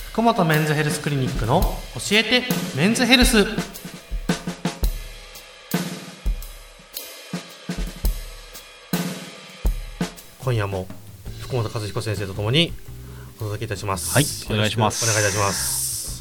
福本メンズヘルスクリニックの教えてメンズヘルス。今夜も福本和彦先生とともにお届けいたします。 はい、お願いします。 お願いいたします。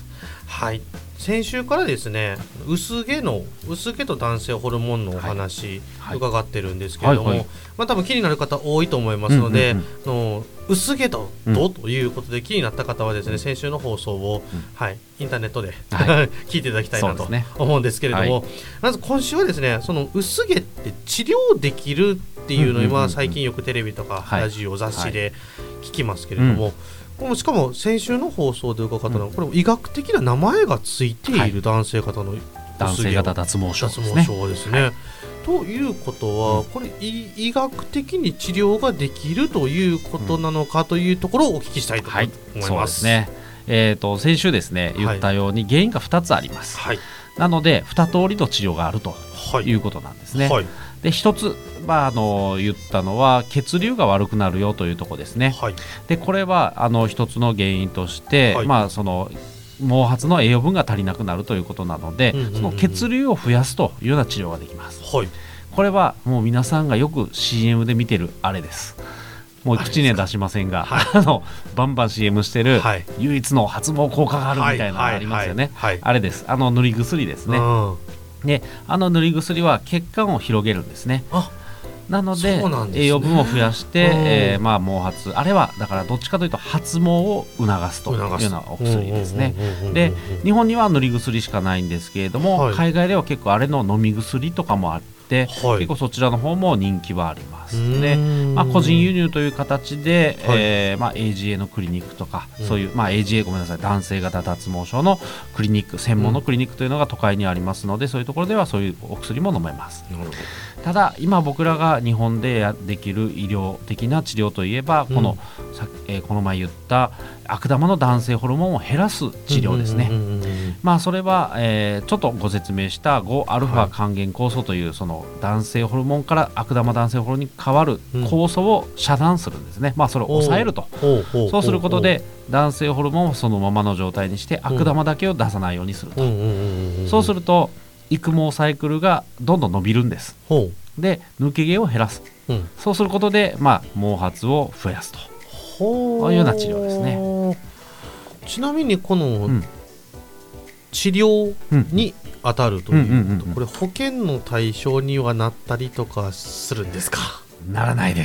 はい、先週からですね、薄毛と男性ホルモンのお話、伺ってるんですけれども、多分気になる方多いと思いますので、薄毛とということで気になった方はですね、先週の放送を、インターネットで、聞いていただきたいなと思うんですけれども、まず今週はですね、その薄毛って治療できるっていうのを今最近よくテレビとかラジオ、雑誌で聞きますけれども、しかも先週の放送で伺ったのは、これ医学的な名前がついている男性方の男性型脱毛症ですね。ということは、これ医学的に治療ができるということなのかというところをお聞きしたいと思います。 そうですね。先週ですね、言ったように原因が2つあります。なので2通りの治療があるということなんですね。で1つ、言ったのは血流が悪くなるよというところですね。でこれは一つの原因として、その毛髪の栄養分が足りなくなるということなので、その血流を増やすというような治療ができます。これはもう皆さんがよく CM で見てるあれです。もう口には出しませんが、バンバン CM してる、唯一の発毛効果があるみたいなのがありますよね。あれです。塗り薬ですね。で塗り薬は血管を広げるんですね。なので栄養分を増やして、毛髪、あれはだからどっちかというと発毛を促すというようなお薬ですね。で日本には塗り薬しかないんですけれども、海外では結構あれの飲み薬とかもあって、結構そちらの方も人気はあります。で、個人輸入という形で、AGA のクリニックとか、そういう、AGA ごめんなさい、男性型脱毛症のクリニック、専門のクリニックというのが都会にありますので、そういうところではそういうお薬も飲めます。ただ今僕らが日本でできる医療的な治療といえば、この前言った悪玉の男性ホルモンを減らす治療ですね。それは、ちょっとご説明した 5α 還元酵素というその男性ホルモンから悪玉男性ホルモンに変わる酵素を遮断するんですね。それを抑えると。そうすることで男性ホルモンをそのままの状態にして悪玉だけを出さないようにすると。そうすると育毛サイクルがどんどん伸びるんです。で抜け毛を減らす、そうすることで、毛髪を増やすというような治療ですね。 ちなみにこの、治療に当たるというと、これ保険の対象にはなったりとかするんですか？ ならないです。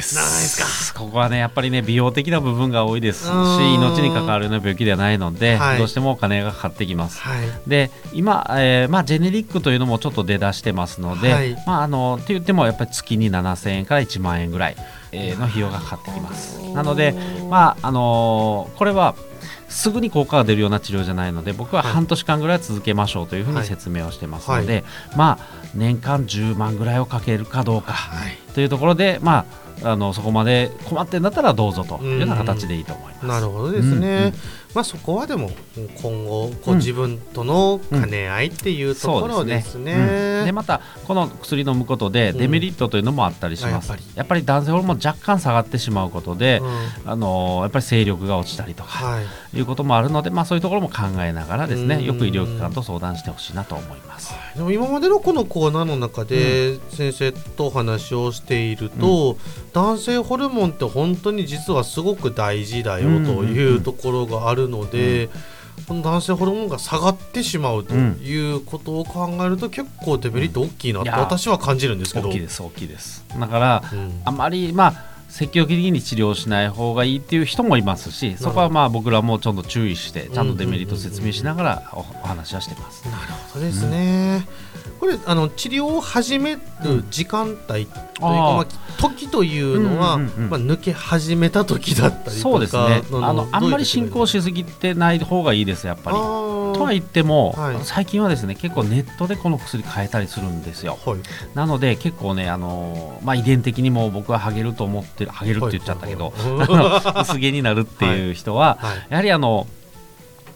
ここはねやっぱりね美容的な部分が多いですし、命に関わるような病気ではないので、どうしてもお金がかかってきます。で今、ジェネリックというのもちょっと出だしてますので、って言ってもやっぱり月に7000円から1万円ぐらいの費用がかかってきます。なのでこれはすぐに効果が出るような治療じゃないので、僕は半年間ぐらい続けましょうというふうに説明をしてますので、年間10万ぐらいをかけるかどうかというところで、そこまで困ってんだったらどうぞというような形でいいと思います。 なるほどですね。そこはでも今後自分との兼ね合いっていうところですね。 でまたこの薬飲むことでデメリットというのもあったりします。やっぱり男性ホルモン若干下がってしまうことで、やっぱり精力が落ちたりとかいうこともあるので、そういうところも考えながらですね、よく医療機関と相談してほしいなと思います。 でも今までのこのコーナーの中で先生とお話をしていると、男性ホルモンって本当に実はすごく大事だよというところがあるので、この男性ホルモンが下がってしまうということを考えると、結構デメリット大きいなと私は感じるんですけど。 大きいです。だから、あまり積極的に治療しない方がいいっていう人もいますし、そこは僕らもちょっと注意してちゃんとデメリット説明しながらお話はしてます。 なるほどですね。これ治療を始める時間帯というか、時というのは、抜け始めた時だったりとか。 そうですね。あんまり進行しすぎてない方がいいです、やっぱり。とは言っても、最近はですね結構ネットでこの薬買えたりするんですよ。なので結構ね遺伝的にも僕はハゲると思ってる、ハゲるって言っちゃったけど薄毛になるっていう人は、やはり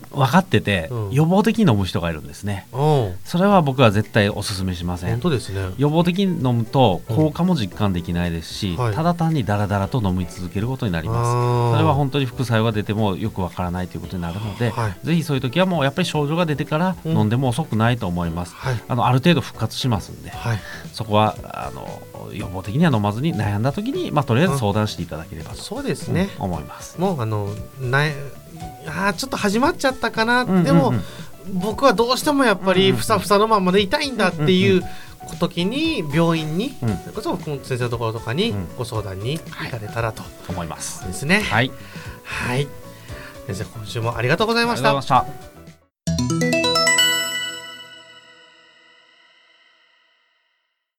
分かってて、予防的に飲む人がいるんですね。それは僕は絶対お勧めしません。 本当ですね。 予防的に飲むと効果も実感できないですし、ただ単にダラダラと飲み続けることになります。それは本当に副作用が出てもよくわからないということになるので、ぜひそういう時はもうやっぱり症状が出てから飲んでも遅くないと思います。ある程度復活しますんで、そこは予防的には飲まずに悩んだ時に、とりあえず相談していただければと、 そうですね、 思います。 もうちょっと始まっちゃったかな、でも僕はどうしてもやっぱりふさふさのままで痛いんだっていう時に病院に、それこそ先生のところとかにご相談に行かれたらと思います。 ですね。はい、先生今週もありがとうございました。